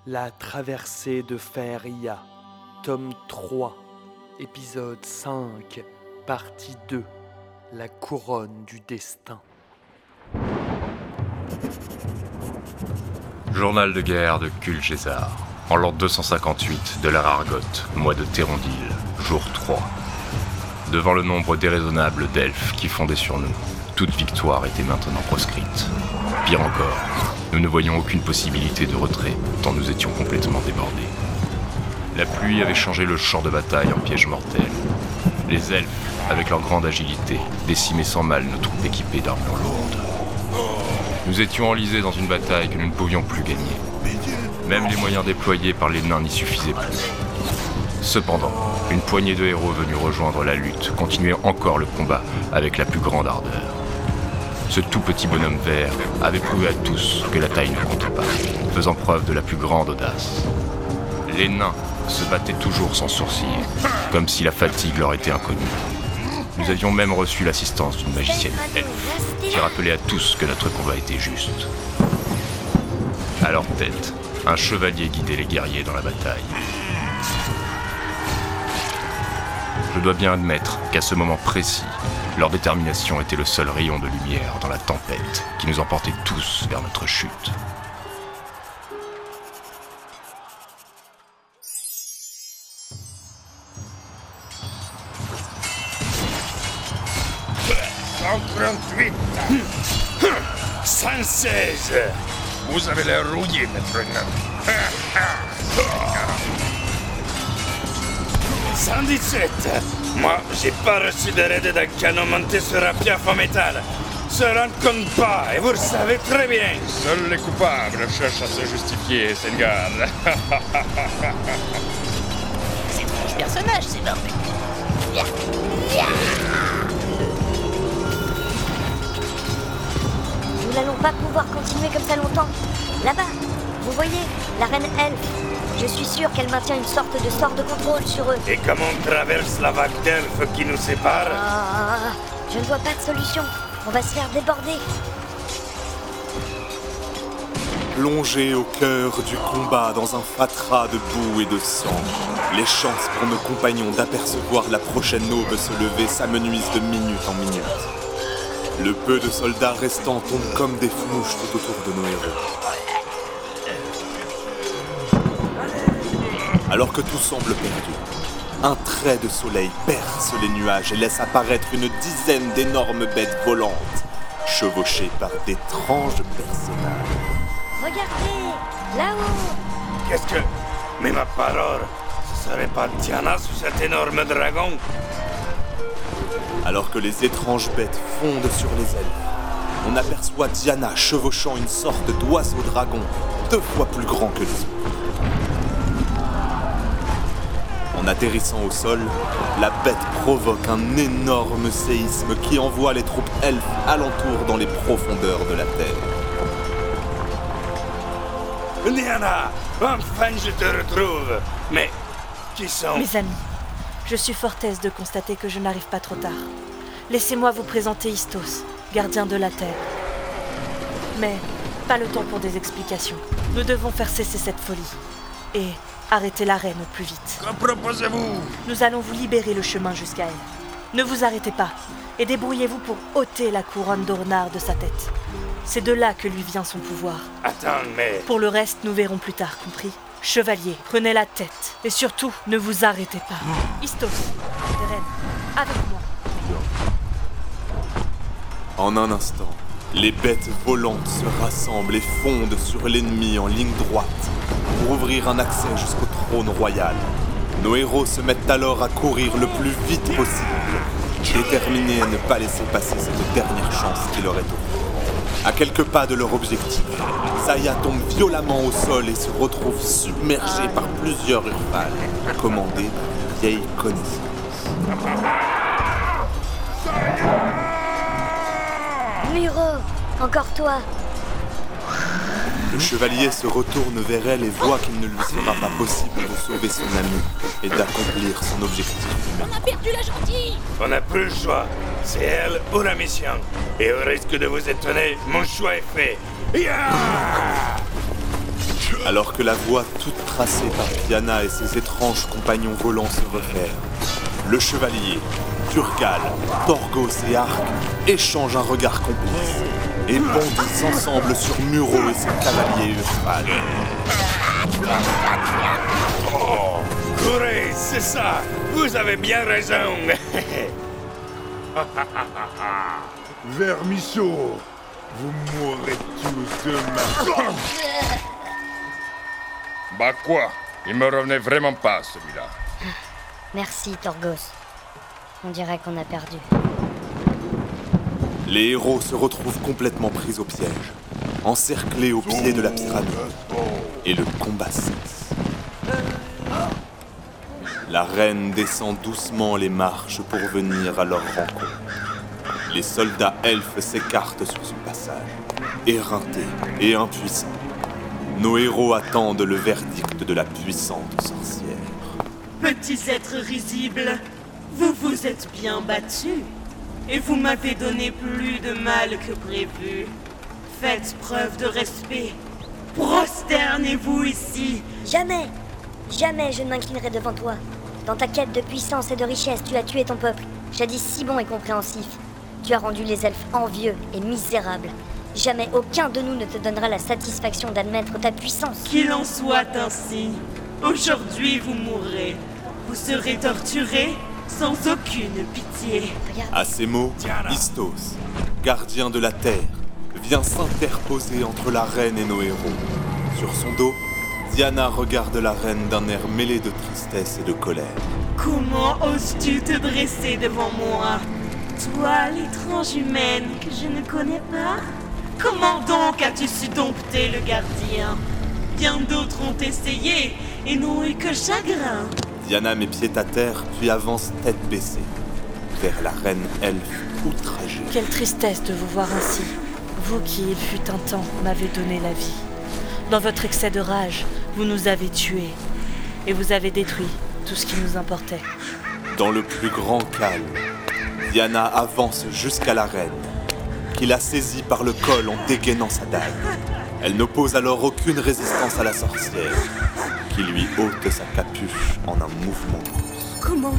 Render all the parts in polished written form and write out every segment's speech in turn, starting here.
La traversée de Faeria, tome 3, épisode 5, partie 2, la couronne du destin. Journal de guerre de Cul César, en l'an 258 de l'ère Argote, mois de Térondil, jour 3. Devant le nombre déraisonnable d'elfes qui fondaient sur nous, toute victoire était maintenant proscrite. Pire encore, nous ne voyions aucune possibilité de retrait, tant nous étions complètement débordés. La pluie avait changé le champ de bataille en piège mortel. Les elfes, avec leur grande agilité, décimaient sans mal nos troupes équipées d'armures lourdes. Nous étions enlisés dans une bataille que nous ne pouvions plus gagner. Même les moyens déployés par les nains n'y suffisaient plus. Cependant, une poignée de héros venus rejoindre la lutte continuait encore le combat avec la plus grande ardeur. Ce tout petit bonhomme vert avait prouvé à tous que la taille ne comptait pas, faisant preuve de la plus grande audace. Les nains se battaient toujours sans sourciller, comme si la fatigue leur était inconnue. Nous avions même reçu l'assistance d'une magicienne elfe, qui rappelait à tous que notre combat était juste. À leur tête, un chevalier guidait les guerriers dans la bataille. Je dois bien admettre qu'à ce moment précis, leur détermination était le seul rayon de lumière dans la tempête qui nous emportait tous vers notre chute. « 138 116 Vous avez l'air rouillé, maître nain. 117 Moi, j'ai pas reçu de raid d'un canon monté sur un piaf en métal. Se rendre compte pas, et vous le savez très bien. Seuls les coupables cherchent à se justifier, Sengar. C'est étrange personnage, c'est barbus. Nous n'allons pas pouvoir continuer comme ça longtemps. Là-bas, vous voyez, la reine elfe. Je suis sûr qu'elle maintient une sorte de sort de contrôle sur eux. Et comment on traverse la vague d'elfes qui nous sépare? Je ne vois pas de solution. On va se faire déborder. Plongé au cœur du combat dans un fatras de boue et de sang, les chances pour nos compagnons d'apercevoir la prochaine aube se lever s'amenuisent de minute en minute. Le peu de soldats restants tombent comme des mouches tout autour de nos héros. Alors que tout semble perdu, un trait de soleil perce les nuages et laisse apparaître une dizaine d'énormes bêtes volantes, chevauchées par d'étranges personnages. Regardez, là-haut. Qu'est-ce que... Mais ma parole, ce serait pas Diana sous cet énorme dragon? Alors que les étranges bêtes fondent sur les elfes, on aperçoit Diana chevauchant une sorte d'oiseau-dragon 2 fois plus grand que les autres. En atterrissant au sol, la bête provoque un énorme séisme qui envoie les troupes elfes alentour dans les profondeurs de la terre. Diana, enfin je te retrouve. Mais qui sont... Mes amis, je suis fort aise de constater que je n'arrive pas trop tard. Laissez-moi vous présenter Istos, gardien de la terre. Mais pas le temps pour des explications. Nous devons faire cesser cette folie. Et arrêter la reine au plus vite. Que proposez-vous? Nous allons vous libérer le chemin jusqu'à elle. Ne vous arrêtez pas, et débrouillez-vous pour ôter la couronne d'Ornar de sa tête. C'est de là que lui vient son pouvoir. Attends, mais... Pour le reste, nous verrons plus tard, compris? Chevalier, prenez la tête. Et surtout, ne vous arrêtez pas. Istos, Teren, avec moi. En un instant, les bêtes volantes se rassemblent et fondent sur l'ennemi en ligne droite pour ouvrir un accès jusqu'au trône royal. Nos héros se mettent alors à courir le plus vite possible, déterminés à ne pas laisser passer cette dernière chance qui leur est offerte. À quelques pas de leur objectif, Saya tombe violemment au sol et se retrouve submergée par plusieurs urfales, commandées par vieille connaissance. Muro, encore toi. Le chevalier se retourne vers elle et voit qu'il ne lui sera pas possible de sauver son ami et d'accomplir son objectif. On a perdu la gentille. On n'a plus le choix. C'est elle ou la mission. Et au risque de vous étonner, mon choix est fait. Yeah! Alors que la voie toute tracée par Diana et ses étranges compagnons volants se referme, le chevalier, Turgal, Torgos et Arc échangent un regard complice et bondissent ensemble sur Muro et ses cavaliers Urfal. Oh, courez, c'est ça. Vous avez bien raison. Vermisseau, vous mourrez tous demain. Bah quoi? Il me revenait vraiment pas, celui-là. Merci, Torgos. On dirait qu'on a perdu. Les héros se retrouvent complètement pris au piège, encerclés au pied de la pyramide, et le combat cesse. La reine descend doucement les marches pour venir à leur rencontre. Les soldats elfes s'écartent sur son passage, éreintés et impuissants. Nos héros attendent le verdict de la puissante sorcière. Petits êtres risibles, vous vous êtes bien battus. Et vous m'avez donné plus de mal que prévu. Faites preuve de respect. Prosternez-vous ici. Jamais, jamais je ne m'inclinerai devant toi. Dans ta quête de puissance et de richesse, tu as tué ton peuple, jadis si bon et compréhensif. Tu as rendu les elfes envieux et misérables. Jamais aucun de nous ne te donnera la satisfaction d'admettre ta puissance. Qu'il en soit ainsi. Aujourd'hui, vous mourrez. Vous serez torturés sans aucune pitié. Regarde. À ces mots, Istos, gardien de la terre, vient s'interposer entre la reine et nos héros. Sur son dos, Diana regarde la reine d'un air mêlé de tristesse et de colère. Comment oses-tu te dresser devant moi? Toi, l'étrange humaine que je ne connais pas? Comment donc as-tu su dompter le gardien? Bien d'autres ont essayé et n'ont eu que chagrin. Diana met pied à terre, puis avance tête baissée, vers la reine elfe outragée. Quelle tristesse de vous voir ainsi. Vous qui, il fut un temps, m'avez donné la vie. Dans votre excès de rage, vous nous avez tués. Et vous avez détruit tout ce qui nous importait. Dans le plus grand calme, Diana avance jusqu'à la reine, qui la saisit par le col en dégainant sa dague. Elle n'oppose alors aucune résistance à la sorcière, qui lui ôte sa capuche en un mouvement brusque. Comment?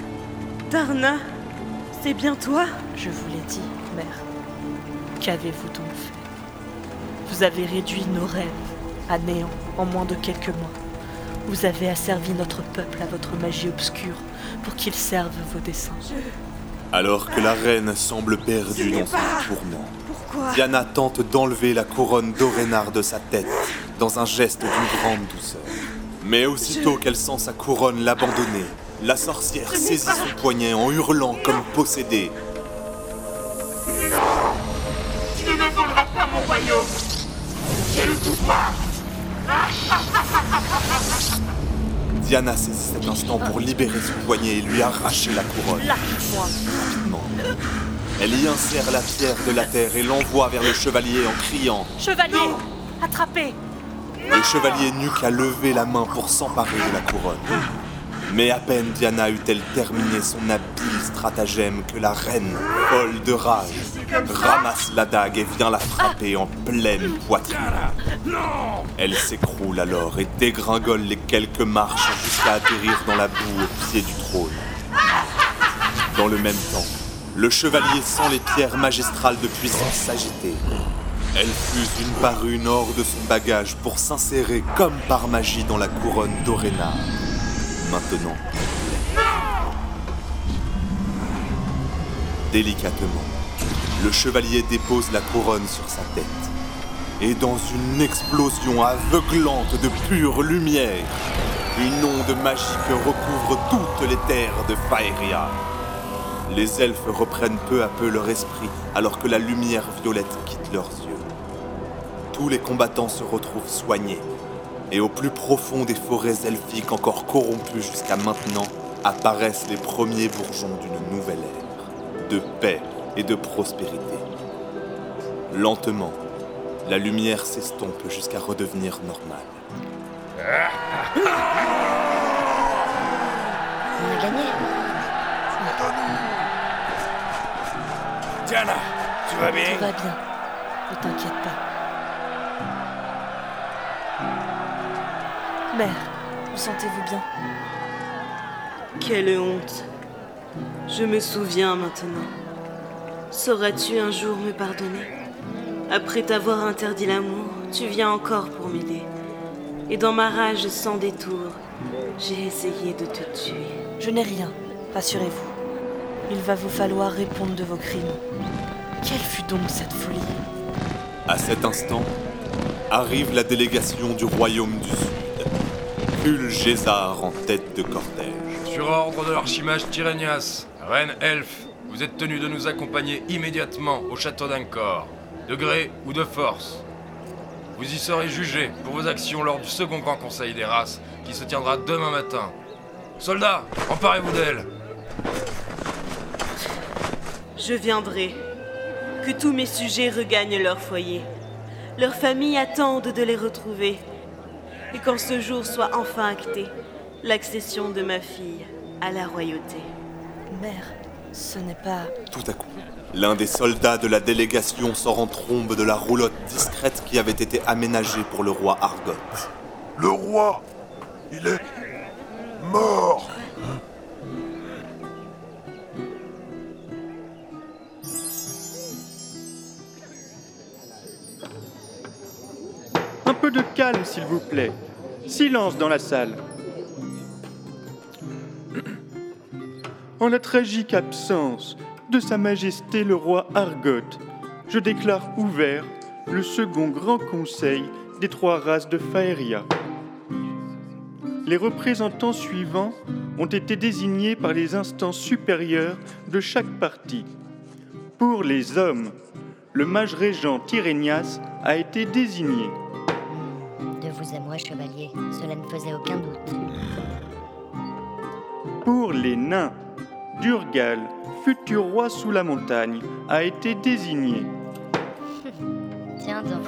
Darna, c'est bien toi? Je vous l'ai dit, mère. Qu'avez-vous donc fait? Vous avez réduit nos rêves à néant en moins de quelques mois. Vous avez asservi notre peuple à votre magie obscure pour qu'il serve vos desseins. Alors que la reine semble perdue dans son tourment, Pourquoi? Diana tente d'enlever la couronne d'Orénar de sa tête dans un geste d'une grande douceur. Mais aussitôt qu'elle sent sa couronne l'abandonner, la sorcière saisit son poignet en hurlant comme possédée. Tu ne voleras pas mon royaume. J'ai le pouvoir. Diana saisit cet instant pour libérer son poignet et lui arracher la couronne. Lâche-moi. Rapidement, elle y insère la pierre de la terre et l'envoie vers le chevalier en criant. Chevalier, attrapez! Le chevalier n'eut qu'à lever la main pour s'emparer de la couronne. Mais à peine Diana eut-elle terminé son habile stratagème que la reine, folle de rage, ramasse la dague et vient la frapper en pleine poitrine. Elle s'écroule alors et dégringole les quelques marches jusqu'à atterrir dans la boue au pied du trône. Dans le même temps, le chevalier sent les pierres magistrales de puissance s'agiter. Elle fuse une par une hors de son bagage pour s'insérer comme par magie dans la couronne d'Orénar. Maintenant, délicatement, le chevalier dépose la couronne sur sa tête. Et dans une explosion aveuglante de pure lumière, une onde magique recouvre toutes les terres de Faeria. Les elfes reprennent peu à peu leur esprit alors que la lumière violette quitte leurs yeux. Tous les combattants se retrouvent soignés. Et au plus profond des forêts elfiques encore corrompues jusqu'à maintenant, apparaissent les premiers bourgeons d'une nouvelle ère, de paix et de prospérité. Lentement, la lumière s'estompe jusqu'à redevenir normale. On a gagné. Diana, tu vas bien? Tout va bien. Ne t'inquiète pas. Mère, vous sentez-vous bien? Quelle honte. Je me souviens maintenant. Sauras-tu un jour me pardonner? Après t'avoir interdit l'amour, tu viens encore pour m'aider. Et dans ma rage sans détour, j'ai essayé de te tuer. Je n'ai rien, rassurez-vous. Il va vous falloir répondre de vos crimes. Quelle fut donc cette folie? À cet instant, arrive la délégation du royaume du Sud. Kulgésar en tête de cortège. Sur ordre de l'archimage Tyrénias, reine elfe, vous êtes tenu de nous accompagner immédiatement au château d'Angkor, de gré ou de force. Vous y serez jugés pour vos actions lors du second grand conseil des races qui se tiendra demain matin. Soldats, emparez-vous d'elle. Je viendrai. Que tous mes sujets regagnent leur foyer. Leurs familles attendent de les retrouver. Et quand ce jour soit enfin acté, l'accession de ma fille à la royauté. Mère, ce n'est pas... Tout à coup, l'un des soldats de la délégation sort en trombe de la roulotte discrète qui avait été aménagée pour le roi Argoth. Le roi, il est mort. Un peu de calme, s'il vous plaît. Silence dans la salle. En la tragique absence de Sa Majesté le roi Argoth, je déclare ouvert le second grand conseil des 3 races de Faeria. Les représentants suivants ont été désignés par les instances supérieures de chaque partie. Pour les hommes, le mage régent Tyrénias a été désigné. De vous à moi, chevalier, cela ne faisait aucun doute. Pour les nains, Durgal, futur roi sous la montagne, a été désigné. Tiens donc.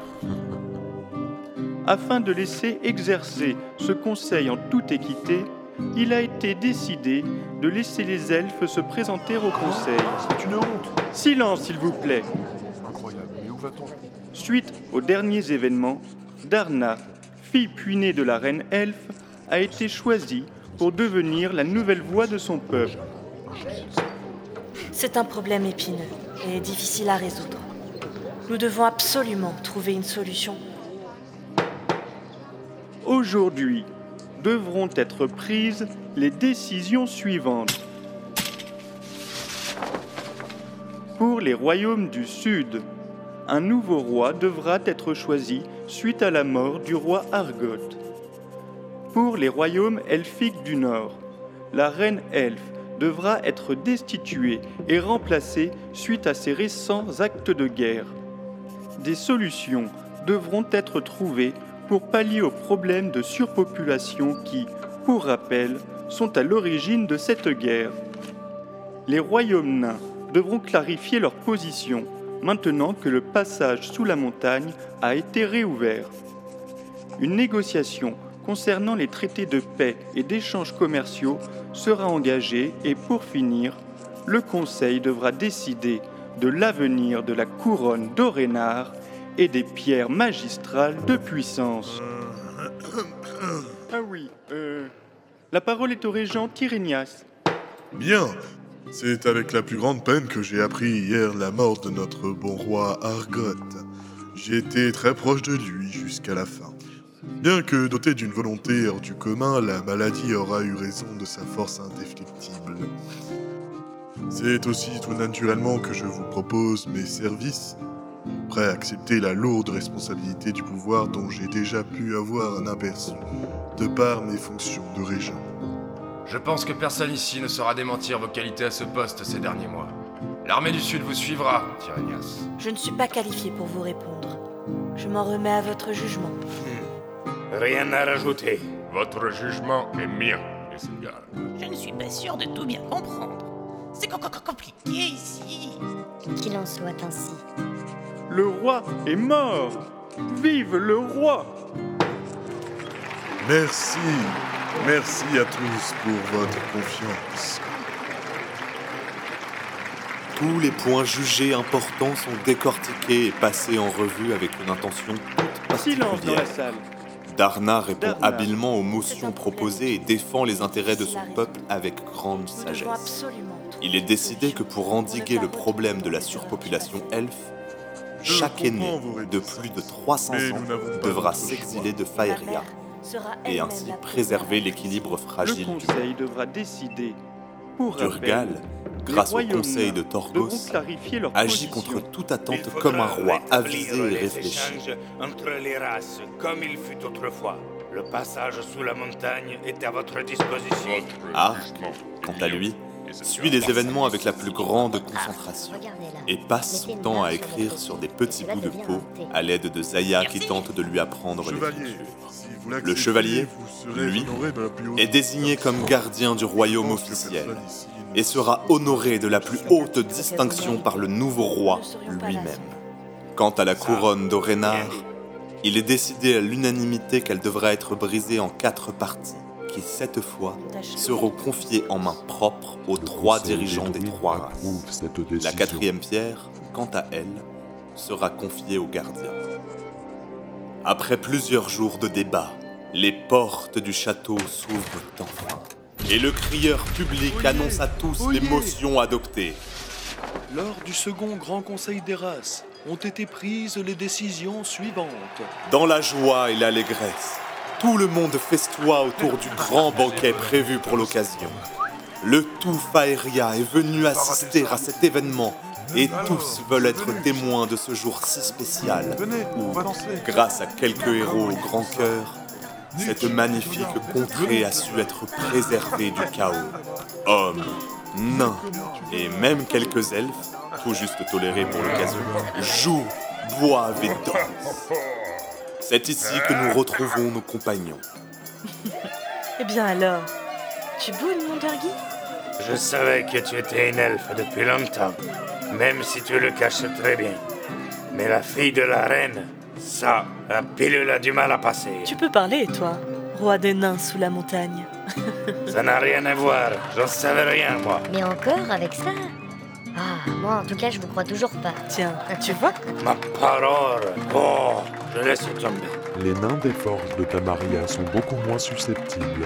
Afin de laisser exercer ce conseil en toute équité, il a été décidé de laisser les elfes se présenter au conseil. C'est une honte. Silence, s'il vous plaît. Incroyable, mais où va-t-on? Suite aux derniers événements, Darna, fille puinée de la reine elfe, a été choisie pour devenir la nouvelle voix de son peuple. C'est un problème épineux et difficile à résoudre. Nous devons absolument trouver une solution. Aujourd'hui, devront être prises les décisions suivantes. Pour les royaumes du Sud, un nouveau roi devra être choisi suite à la mort du roi Argoth. Pour les royaumes elfiques du Nord, la reine elfe devra être destituée et remplacée suite à ses récents actes de guerre. Des solutions devront être trouvées pour pallier aux problèmes de surpopulation qui, pour rappel, sont à l'origine de cette guerre. Les royaumes nains devront clarifier leur position maintenant que le passage sous la montagne a été réouvert. Une négociation concernant les traités de paix et d'échanges commerciaux sera engagée et pour finir, le Conseil devra décider de l'avenir de la couronne d'Orénar et des pierres magistrales de puissance. Ah oui, la parole est au régent Tyrénias. Bien, c'est avec la plus grande peine que j'ai appris hier la mort de notre bon roi Argoth. J'ai été très proche de lui jusqu'à la fin. Bien que doté d'une volonté hors du commun, la maladie aura eu raison de sa force indéfectible. C'est aussi tout naturellement que je vous propose mes services, prêt à accepter la lourde responsabilité du pouvoir dont j'ai déjà pu avoir un aperçu, de par mes fonctions de régent. Je pense que personne ici ne saura démentir vos qualités à ce poste ces derniers mois. L'armée du Sud vous suivra, Tyrénias. Je ne suis pas qualifié pour vous répondre. Je m'en remets à votre jugement. Rien à rajouter. Votre jugement est mien, Isengard. Je ne suis pas sûr de tout bien comprendre. C'est compliqué ici. Qu'il en soit ainsi. Le roi est mort! Vive le roi! Merci à tous pour votre confiance. Tous les points jugés importants sont décortiqués et passés en revue avec une intention toute particulière. Silence dans la salle. Darna répond habilement aux motions proposées et défend les intérêts de son peuple avec grande sagesse. Il est décidé que pour endiguer le problème de la surpopulation elfe, chaque aîné de plus de 300 ans devra s'exiler de Faeria et ainsi préserver l'équilibre fragile du monde. Le conseil devra décider. Pour Durgal, grâce au conseil de Torgos, agit contre toute attente comme un roi avisé et réfléchi. Entre les races, comme il fut autrefois. Le passage sous la montagne est à votre disposition. Ark, quant à lui, suit les événements avec la plus grande concentration et passe son temps à écrire sur des petits bouts de peau à l'aide de Zaya qui tente de lui apprendre l'écriture. Le chevalier, lui, est désigné comme gardien du royaume officiel et sera honoré de la plus haute distinction par le nouveau roi lui-même. Quant à la couronne d'Orenar, il est décidé à l'unanimité qu'elle devra être brisée en 4 parties, qui cette fois seront confiées en main propre aux 3 dirigeants des 3 races. La 4e pierre, quant à elle, sera confiée aux gardiens. Après plusieurs jours de débat, les portes du château s'ouvrent enfin, et le crieur public annonce à tous les motions adoptées. Lors du second grand conseil des races, ont été prises les décisions suivantes. Dans la joie et l'allégresse, tout le monde festoie autour du grand banquet prévu pour l'occasion. Le tout Faeria est venu assister à cet événement et tous veulent être témoins de ce jour si spécial où, grâce à quelques héros au grand cœur, cette magnifique contrée a su être préservée du chaos. Hommes, nains et même quelques elfes, tout juste tolérés pour l'occasion, jouent, boivent et dansent. C'est ici que nous retrouvons nos compagnons. Eh bien alors, tu boules, mon Durgi? Je savais que tu étais une elfe depuis longtemps, même si tu le caches très bien. Mais la fille de la reine, ça, la pilule a du mal à passer. Tu peux parler, toi, roi des nains sous la montagne. Ça n'a rien à voir, j'en savais rien, moi. Mais encore avec ça? Ah, moi en tout cas, je vous crois toujours pas. Tiens, tu vois? Ma parole. Oh, je laisse tomber. Les nains des forges de Tamaria sont beaucoup moins susceptibles.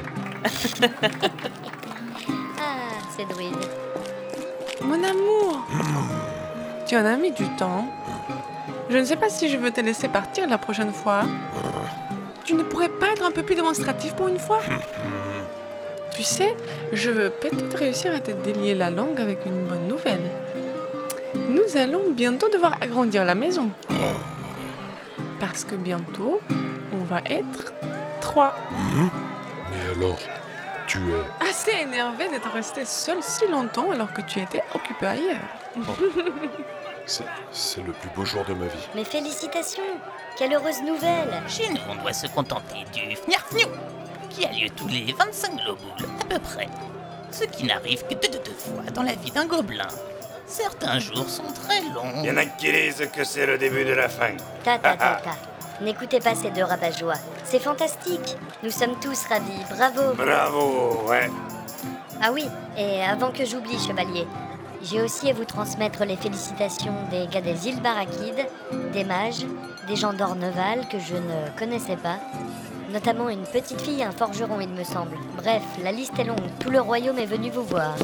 Ah, c'est druide. Mon amour, tu en as mis du temps. Je ne sais pas si je veux te laisser partir la prochaine fois. Tu ne pourrais pas être un peu plus démonstratif pour une fois? Tu sais, je veux peut-être réussir à te délier la langue avec une bonne nouvelle. Nous allons bientôt devoir agrandir la maison. Parce que bientôt, on va être 3. Mais alors, tu es... Assez énervé d'être resté seul si longtemps alors que tu étais occupé ailleurs. C'est le plus beau jour de ma vie. Mais félicitations! Quelle heureuse nouvelle! Chez nous, on doit se contenter du fniarfniou, qui a lieu tous les 25 globules, à peu près. Ce qui n'arrive que deux fois dans la vie d'un gobelin. Certains jours sont très longs. Il y en a qui disent que c'est le début de la fin. Ta. N'écoutez pas ces 2 rabat-joie. C'est fantastique. Nous sommes tous ravis. Bravo. Bravo, ouais. Ah oui, et avant que j'oublie, chevalier, j'ai aussi à vous transmettre les félicitations des gars des îles Barakides, des mages, des gens d'Orneval que je ne connaissais pas, notamment une petite fille et un forgeron, il me semble. Bref, la liste est longue. Tout le royaume est venu vous voir.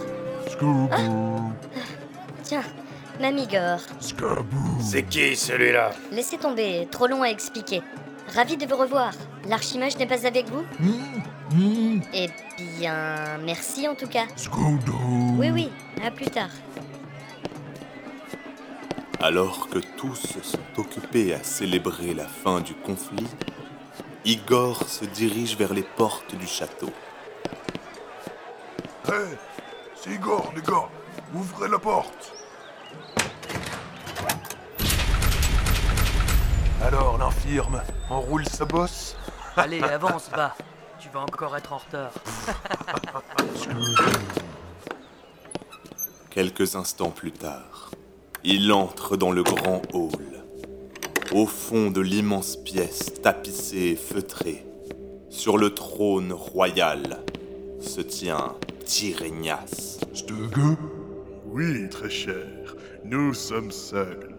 Tiens, Mamigor. C'est qui celui-là? Laissez tomber, trop long à expliquer. Ravi de vous revoir. L'archimage n'est pas avec vous? Eh bien, merci en tout cas. Oui, à plus tard. Alors que tous sont occupés à célébrer la fin du conflit, Igor se dirige vers les portes du château. Hé, c'est Igor, les gars. Ouvrez la porte. Alors, l'infirme, enroule sa bosse. Allez, avance, va. Tu vas encore être en retard. Quelques instants plus tard, il entre dans le grand hall. Au fond de l'immense pièce tapissée et feutrée, sur le trône royal, se tient Tyrenias. Stöge? Oui, très cher. Nous sommes seuls.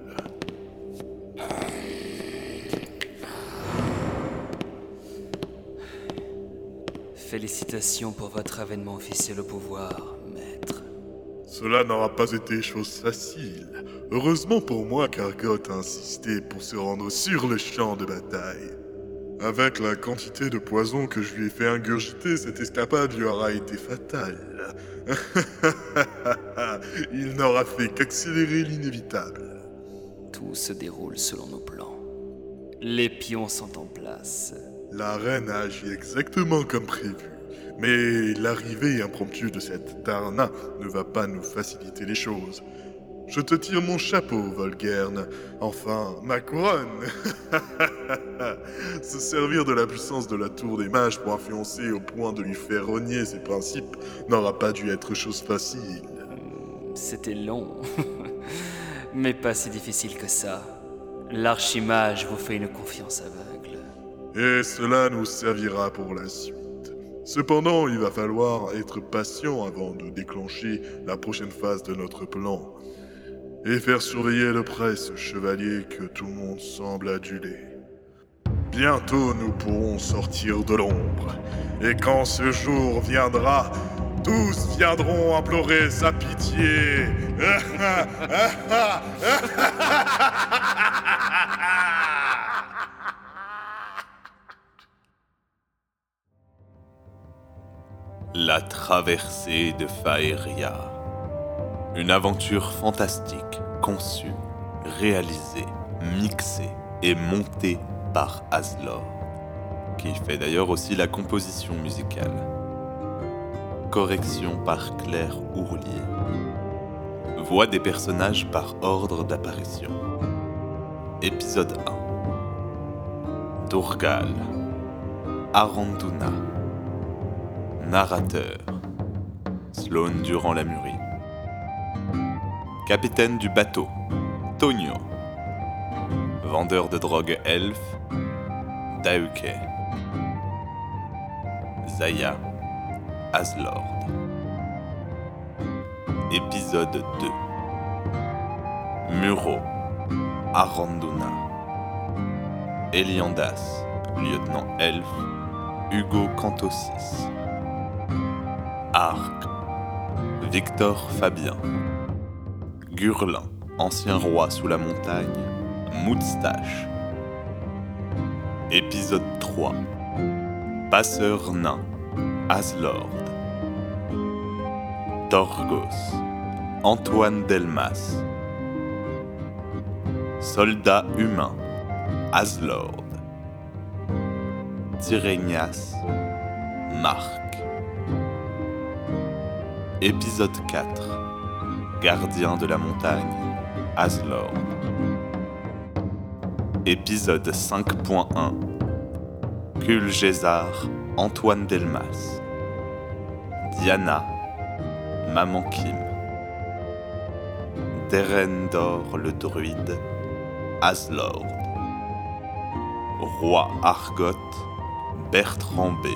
Félicitations pour votre avènement officiel au pouvoir, maître. Cela n'aura pas été chose facile. Heureusement pour moi qu'Argot a insisté pour se rendre sur le champ de bataille. Avec la quantité de poison que je lui ai fait ingurgiter, cette escapade lui aura été fatale. Il n'aura fait qu'accélérer l'inévitable. Tout se déroule selon nos plans. Les pions sont en place. La reine a agi exactement comme prévu. Mais l'arrivée impromptue de cette Darna ne va pas nous faciliter les choses. Je te tire mon chapeau, Volgern. Enfin, ma couronne. Se servir de la puissance de la tour des mages pour influencer au point de lui faire renier ses principes n'aura pas dû être chose facile. C'était long, mais pas si difficile que ça. L'archimage vous fait une confiance aveugle. Et cela nous servira pour la suite. Cependant, il va falloir être patient avant de déclencher la prochaine phase de notre plan. Et faire surveiller de près ce chevalier que tout le monde semble aduler. Bientôt nous pourrons sortir de l'ombre. Et quand ce jour viendra, tous viendront implorer sa pitié. La traversée de Faeria. Une aventure fantastique, conçue, réalisée, mixée et montée par Aslor, qui fait d'ailleurs aussi la composition musicale. Correction par Claire Ourlier. Voix des personnages par ordre d'apparition. Épisode 1. Durgal. Aranduna. Narrateur. Sloane durant la mûrie. Capitaine du bateau, Tonio. Vendeur de drogue elfe, Dauke. Zaya, Aslord. Épisode 2. Muro, Aranduna. Eliandas, lieutenant elfe, Hugo Cantosis. Arc, Victor Fabien. Gurlin, ancien roi sous la montagne, Moustache. Épisode 3. Passeur nain, Aslord. Torgos, Antoine Delmas. Soldat humain, Aslord. Tyrenias, Marc. Épisode 4. Gardien de la montagne, Aslord. Épisode 5.1. Kulgésar, Antoine Delmas. Diana, Maman Kim. Derendor le druide, Aslord. Roi Argot, Bertrand B.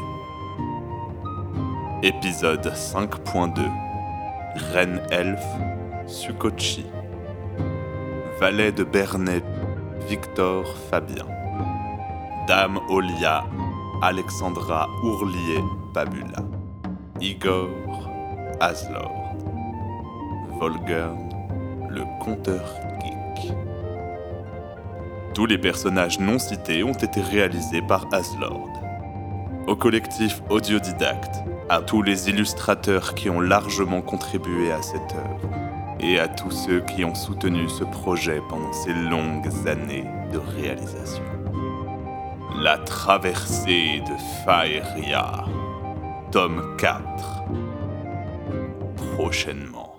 Épisode 5.2. Reine Elfe, Sukochi. Valet de Bernay, Victor Fabien. Dame Olia, Alexandra Ourlier-Pabula. Igor, Aslord. Volgern, le conteur geek. Tous les personnages non cités ont été réalisés par Aslord. Au collectif Audiodidacte, à tous les illustrateurs qui ont largement contribué à cette œuvre, et à tous ceux qui ont soutenu ce projet pendant ces longues années de réalisation. La traversée de Faeria, tome 4, prochainement.